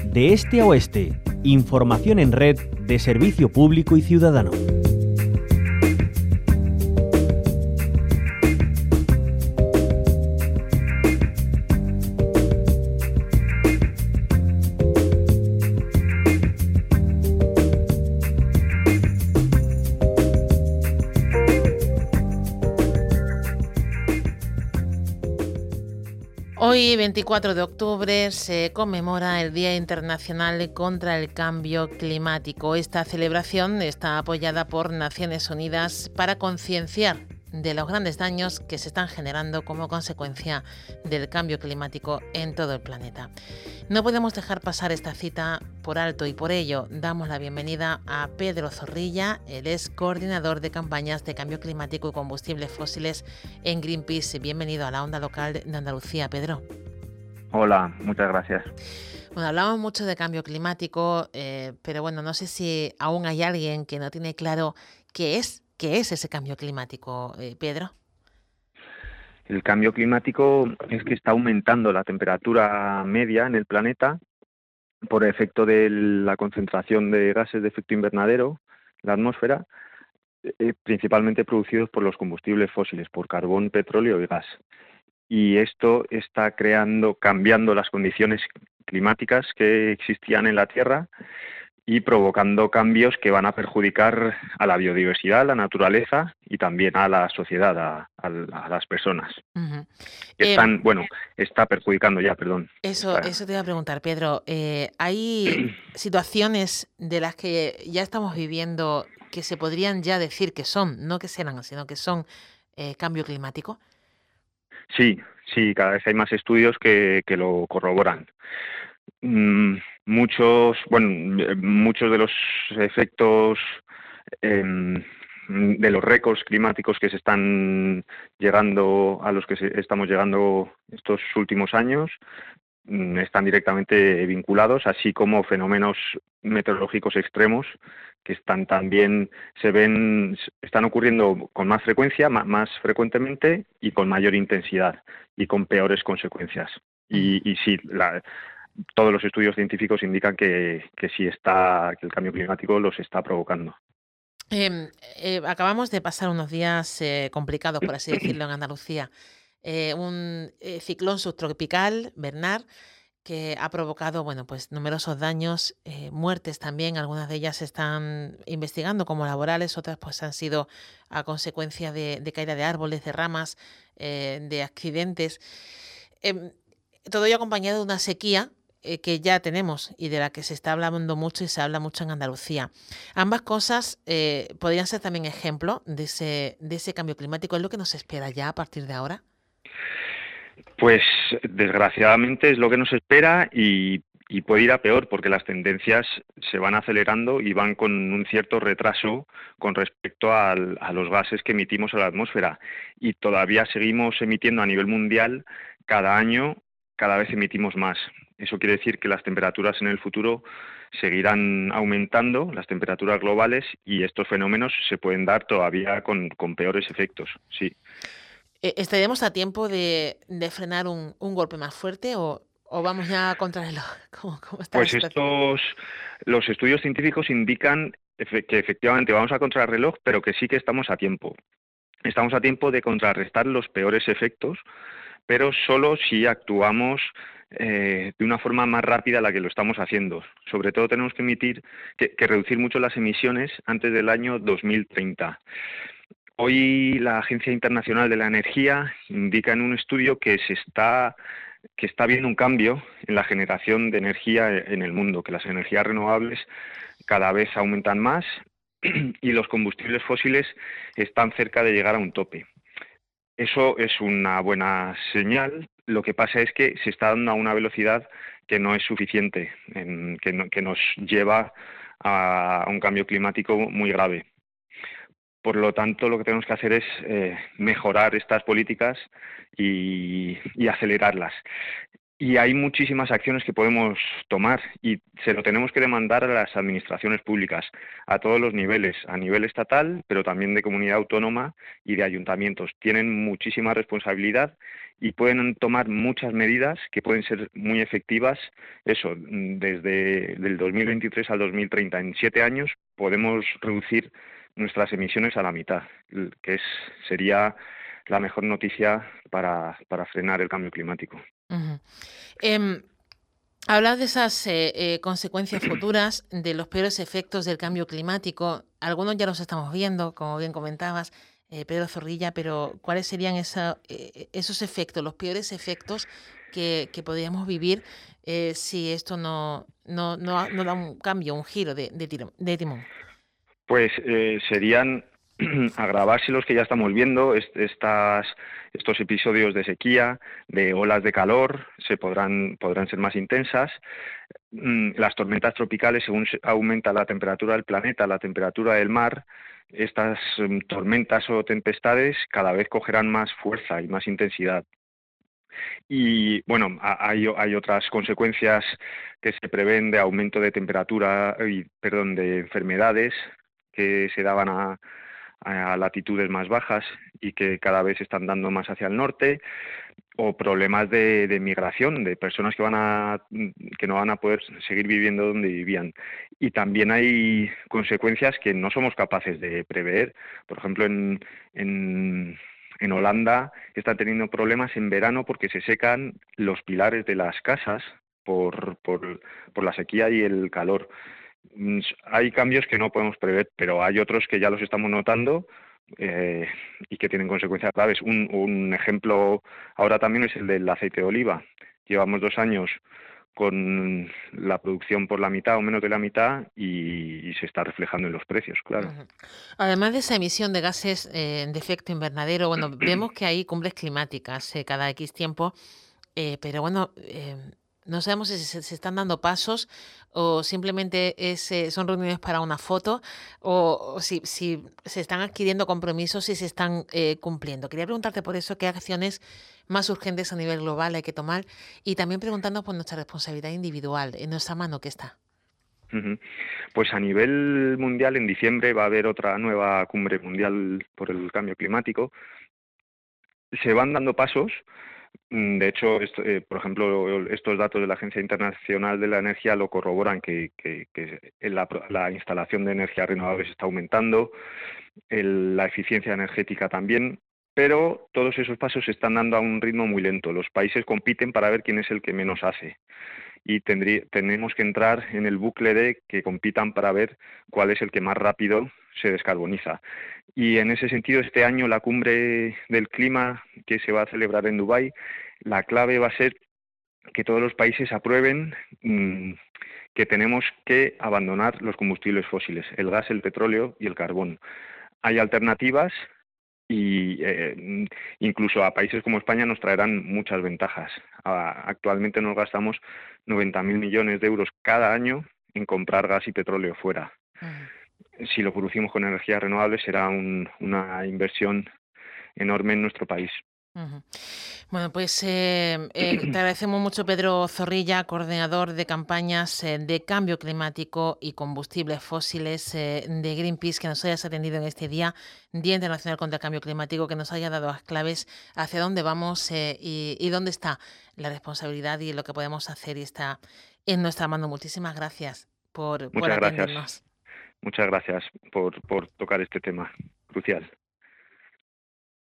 De este a oeste, información en red de servicio público y ciudadano. Hoy, 24 de octubre, se conmemora el Día Internacional contra el Cambio Climático. Esta celebración está apoyada por Naciones Unidas para concienciar de los grandes daños que se están generando como consecuencia del cambio climático en todo el planeta. No podemos dejar pasar esta cita por alto y por ello damos la bienvenida a Pedro Zorrilla. Él es coordinador de campañas de cambio climático y combustibles fósiles en Greenpeace. Bienvenido a la Onda Local de Andalucía, Pedro. Hola, muchas gracias. Bueno, hablamos mucho de cambio climático, pero bueno, no sé si aún hay alguien que no tiene claro qué es ese cambio climático, Pedro. El cambio climático es que está aumentando la temperatura media en el planeta por efecto de la concentración de gases de efecto invernadero, la atmósfera, principalmente producidos por los combustibles fósiles, por carbón, petróleo y gas. Y esto está cambiando las condiciones climáticas que existían en la Tierra y provocando cambios que van a perjudicar a la biodiversidad, a la naturaleza y también a la sociedad, a las personas. Uh-huh. Está perjudicando ya, perdón. Eso te iba a preguntar, Pedro. ¿Hay situaciones de las que ya estamos viviendo que se podrían ya decir que son, no que serán, sino que son cambio climático? Sí, cada vez hay más estudios que lo corroboran. Muchos de los efectos de los récords climáticos que se están llegando, a los que estamos llegando estos últimos años, están directamente vinculados, así como fenómenos meteorológicos extremos que están ocurriendo con más frecuencia, más frecuentemente y con mayor intensidad y con peores consecuencias. Y sí, todos los estudios científicos indican que el cambio climático los está provocando. Acabamos de pasar unos días complicados, por así decirlo, en Andalucía. Un ciclón subtropical, Bernard, que ha provocado numerosos daños, muertes también. Algunas de ellas se están investigando como laborales, otras pues han sido a consecuencia de caída de árboles, de ramas, de accidentes. Todo ello acompañado de una sequía que ya tenemos y de la que se está hablando mucho y se habla mucho en Andalucía. Ambas cosas podrían ser también ejemplo de ese cambio climático. ¿Es lo que nos espera ya a partir de ahora? Pues desgraciadamente es lo que nos espera y puede ir a peor porque las tendencias se van acelerando y van con un cierto retraso con respecto a los gases que emitimos a la atmósfera. Y todavía seguimos emitiendo a nivel mundial cada año, cada vez emitimos más. Eso quiere decir que las temperaturas en el futuro seguirán aumentando, las temperaturas globales, y estos fenómenos se pueden dar todavía con peores efectos, sí. ¿Estaríamos a tiempo de frenar un golpe más fuerte o vamos ya contra el reloj? ¿Cómo está pues los estudios científicos indican que efectivamente vamos a contrarreloj, pero que sí que estamos a tiempo. Estamos a tiempo de contrarrestar los peores efectos, pero solo si actuamos de una forma más rápida a la que lo estamos haciendo. Sobre todo tenemos que reducir mucho las emisiones antes del año 2030. Hoy la Agencia Internacional de la Energía indica en un estudio que está habiendo un cambio en la generación de energía en el mundo, que las energías renovables cada vez aumentan más y los combustibles fósiles están cerca de llegar a un tope. Eso es una buena señal. Lo que pasa es que se está dando a una velocidad que no es suficiente, que nos lleva a un cambio climático muy grave. Por lo tanto, lo que tenemos que hacer es mejorar estas políticas y acelerarlas. Y hay muchísimas acciones que podemos tomar y se lo tenemos que demandar a las administraciones públicas, a todos los niveles, a nivel estatal, pero también de comunidad autónoma y de ayuntamientos. Tienen muchísima responsabilidad y pueden tomar muchas medidas que pueden ser muy efectivas. Eso, desde del 2023 al 2030, en 7 años, podemos reducir nuestras emisiones a la mitad, sería la mejor noticia para frenar el cambio climático. Ujú. Em, Hablas de esas consecuencias futuras, de los peores efectos del cambio climático. Algunos ya los estamos viendo, como bien comentabas, Pedro Zorrilla, pero ¿cuáles serían esos efectos, los peores efectos que podríamos vivir si esto no da un cambio, un giro de timón? Pues serían agravarse los que ya estamos viendo, estos episodios de sequía, de olas de calor, podrán ser más intensas. Las tormentas tropicales, según aumenta la temperatura del planeta, la temperatura del mar, estas tormentas o tempestades cada vez cogerán más fuerza y más intensidad. Y bueno, hay otras consecuencias que se prevén de aumento de temperatura, de enfermedades que se daban a latitudes más bajas y que cada vez se están dando más hacia el norte, o problemas de migración, de personas que no van a poder seguir viviendo donde vivían. Y también hay consecuencias que no somos capaces de prever. Por ejemplo, en Holanda están teniendo problemas en verano porque se secan los pilares de las casas por la sequía y el calor. Hay cambios que no podemos prever, pero hay otros que ya los estamos notando y que tienen consecuencias graves. Un ejemplo ahora también es el del aceite de oliva. Llevamos 2 años con la producción por la mitad o menos de la mitad y se está reflejando en los precios, claro. Ujú. Además de esa emisión de gases de efecto invernadero, bueno, vemos que hay cumbres climáticas cada X tiempo. Pero bueno, no sabemos si se están dando pasos o simplemente son reuniones para una foto o si se están adquiriendo compromisos y se están cumpliendo. Quería preguntarte por eso qué acciones más urgentes a nivel global hay que tomar y también preguntarnos por nuestra responsabilidad individual, en nuestra mano que está. Ujú. Pues a nivel mundial, en diciembre va a haber otra nueva cumbre mundial por el cambio climático. Se van dando pasos. De hecho, por ejemplo, estos datos de la Agencia Internacional de la Energía lo corroboran, que la instalación de energías renovables está aumentando, la eficiencia energética también, pero todos esos pasos se están dando a un ritmo muy lento. Los países compiten para ver quién es el que menos hace y tenemos que entrar en el bucle de que compitan para ver cuál es el que más rápido se descarboniza. Y en ese sentido, este año la cumbre del clima que se va a celebrar en Dubái, la clave va a ser que todos los países aprueben que tenemos que abandonar los combustibles fósiles, el gas, el petróleo y el carbón. Hay alternativas y incluso a países como España nos traerán muchas ventajas. Actualmente nos gastamos 90.000 millones de euros cada año en comprar gas y petróleo fuera. Si lo producimos con energías renovables será una inversión enorme en nuestro país. Ujú. Bueno, pues te agradecemos mucho, Pedro Zorrilla, coordinador de campañas de cambio climático y combustibles fósiles de Greenpeace, que nos hayas atendido en este Día Internacional contra el Cambio Climático, que nos haya dado las claves hacia dónde vamos y dónde está la responsabilidad y lo que podemos hacer y está en nuestra mano. Muchísimas gracias por Muchas gracias. atendernos. Muchas gracias por tocar este tema crucial.